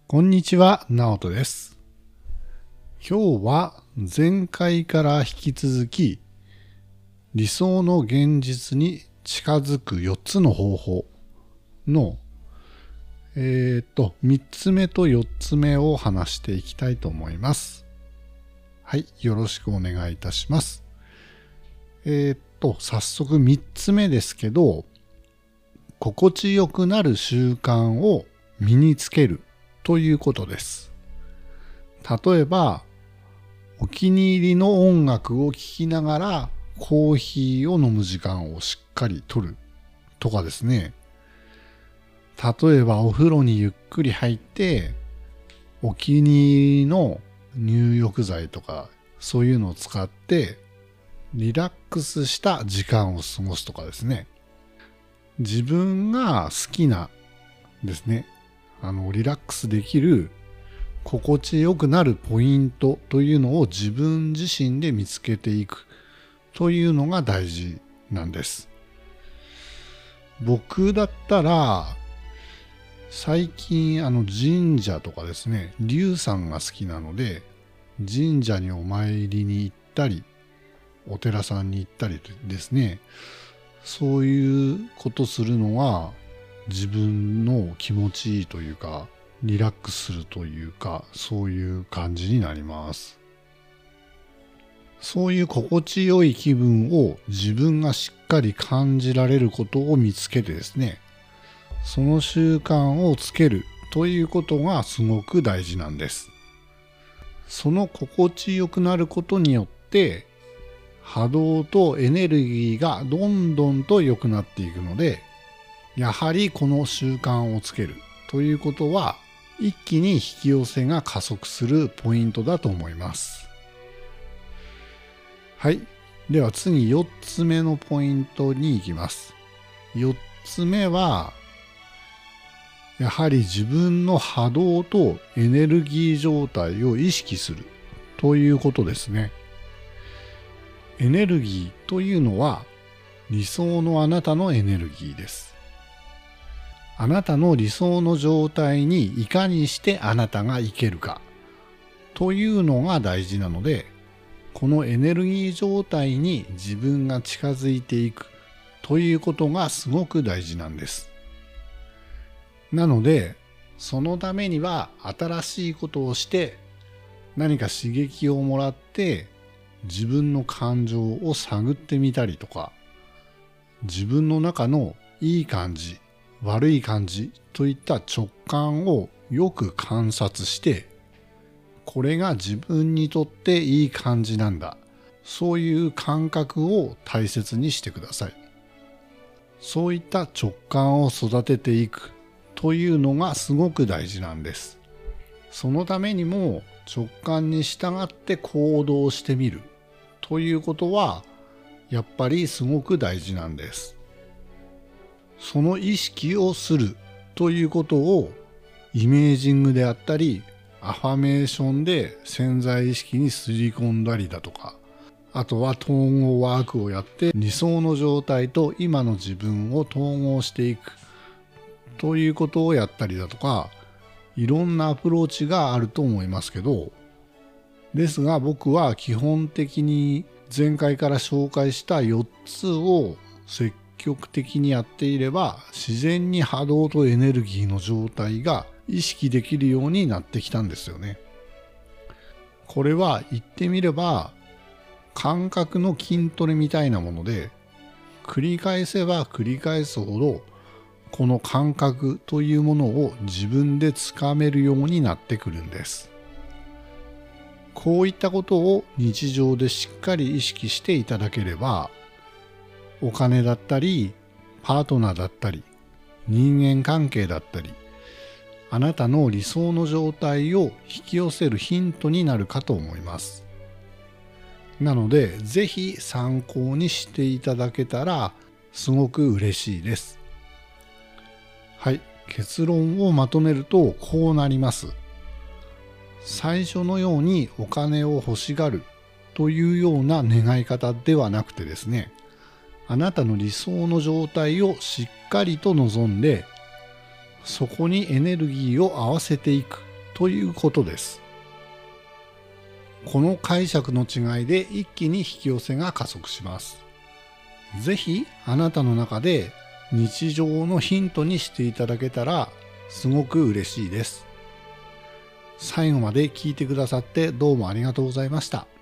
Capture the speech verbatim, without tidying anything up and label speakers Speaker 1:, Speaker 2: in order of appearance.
Speaker 1: こんにちは、ナオトです。今日は前回から引き続き、理想の現実に近づくよっつの方法の、えっと、みっつめとよっつめを話していきたいと思います。はい、よろしくお願いいたします。えっと、早速みっつめですけど、心地よくなる習慣を身につけるということです。例えば、お気に入りの音楽を聴きながらコーヒーを飲む時間をしっかりとるとかですね。例えばお風呂にゆっくり入ってお気に入りの入浴剤とかそういうのを使ってリラックスした時間を過ごすとかですね。自分が好きなですね、あのリラックスできる心地よくなるポイントというのを自分自身で見つけていくというのが大事なんです。僕だったら最近あの神社とかですね、龍さんが好きなので神社にお参りに行ったりお寺さんに行ったりですね、そういうことするのは自分の気持ちいいというかリラックスするというかそういう感じになります。そういう心地よい気分を自分がしっかり感じられることを見つけてですね、その習慣をつけるということがすごく大事なんです。その心地よくなることによって波動とエネルギーがどんどんと良くなっていくので、やはりこの習慣をつけるということは一気に引き寄せが加速するポイントだと思います。はい。では次よっつめのポイントに行きます。よっつめは、やはり自分の波動とエネルギー状態を意識するということですね。エネルギーというのは理想のあなたのエネルギーです。あなたの理想の状態にいかにしてあなたが生けるかというのが大事なので、このエネルギー状態に自分が近づいていくということがすごく大事なんです。なので、そのためには新しいことをして何か刺激をもらって自分の感情を探ってみたりとか、自分の中のいい感じ、悪い感じといった直感をよく観察して、これが自分にとっていい感じなんだ。そういう感覚を大切にしてください。そういった直感を育てていくというのがすごく大事なんです。そのためにも直感に従って行動してみるということはやっぱりすごく大事なんです。その意識をするということをイメージングであったりアファメーションで潜在意識にすり込んだりだとか、あとは統合ワークをやって理想の状態と今の自分を統合していくということをやったりだとか、いろんなアプローチがあると思いますけど、ですが僕は基本的に前回から紹介したよっつを積極的にやっていれば自然に波動とエネルギーの状態が意識できるようになってきたんですよね。これは言ってみれば感覚の筋トレみたいなもので、繰り返せば繰り返すほどこの感覚というものを自分でつかめるようになってくるんです。こういったことを日常でしっかり意識していただければ、お金だったりパートナーだったり人間関係だったり、あなたの理想の状態を引き寄せるヒントになるかと思います。なのでぜひ参考にしていただけたらすごく嬉しいです。はい、結論をまとめるとこうなります。最初のようにお金を欲しがるというような願い方ではなくてですね、あなたの理想の状態をしっかりと望んで、そこにエネルギーを合わせていくということです。この解釈の違いで一気に引き寄せが加速します。ぜひあなたの中で日常のヒントにしていただけたらすごく嬉しいです。最後まで聞いてくださってどうもありがとうございました。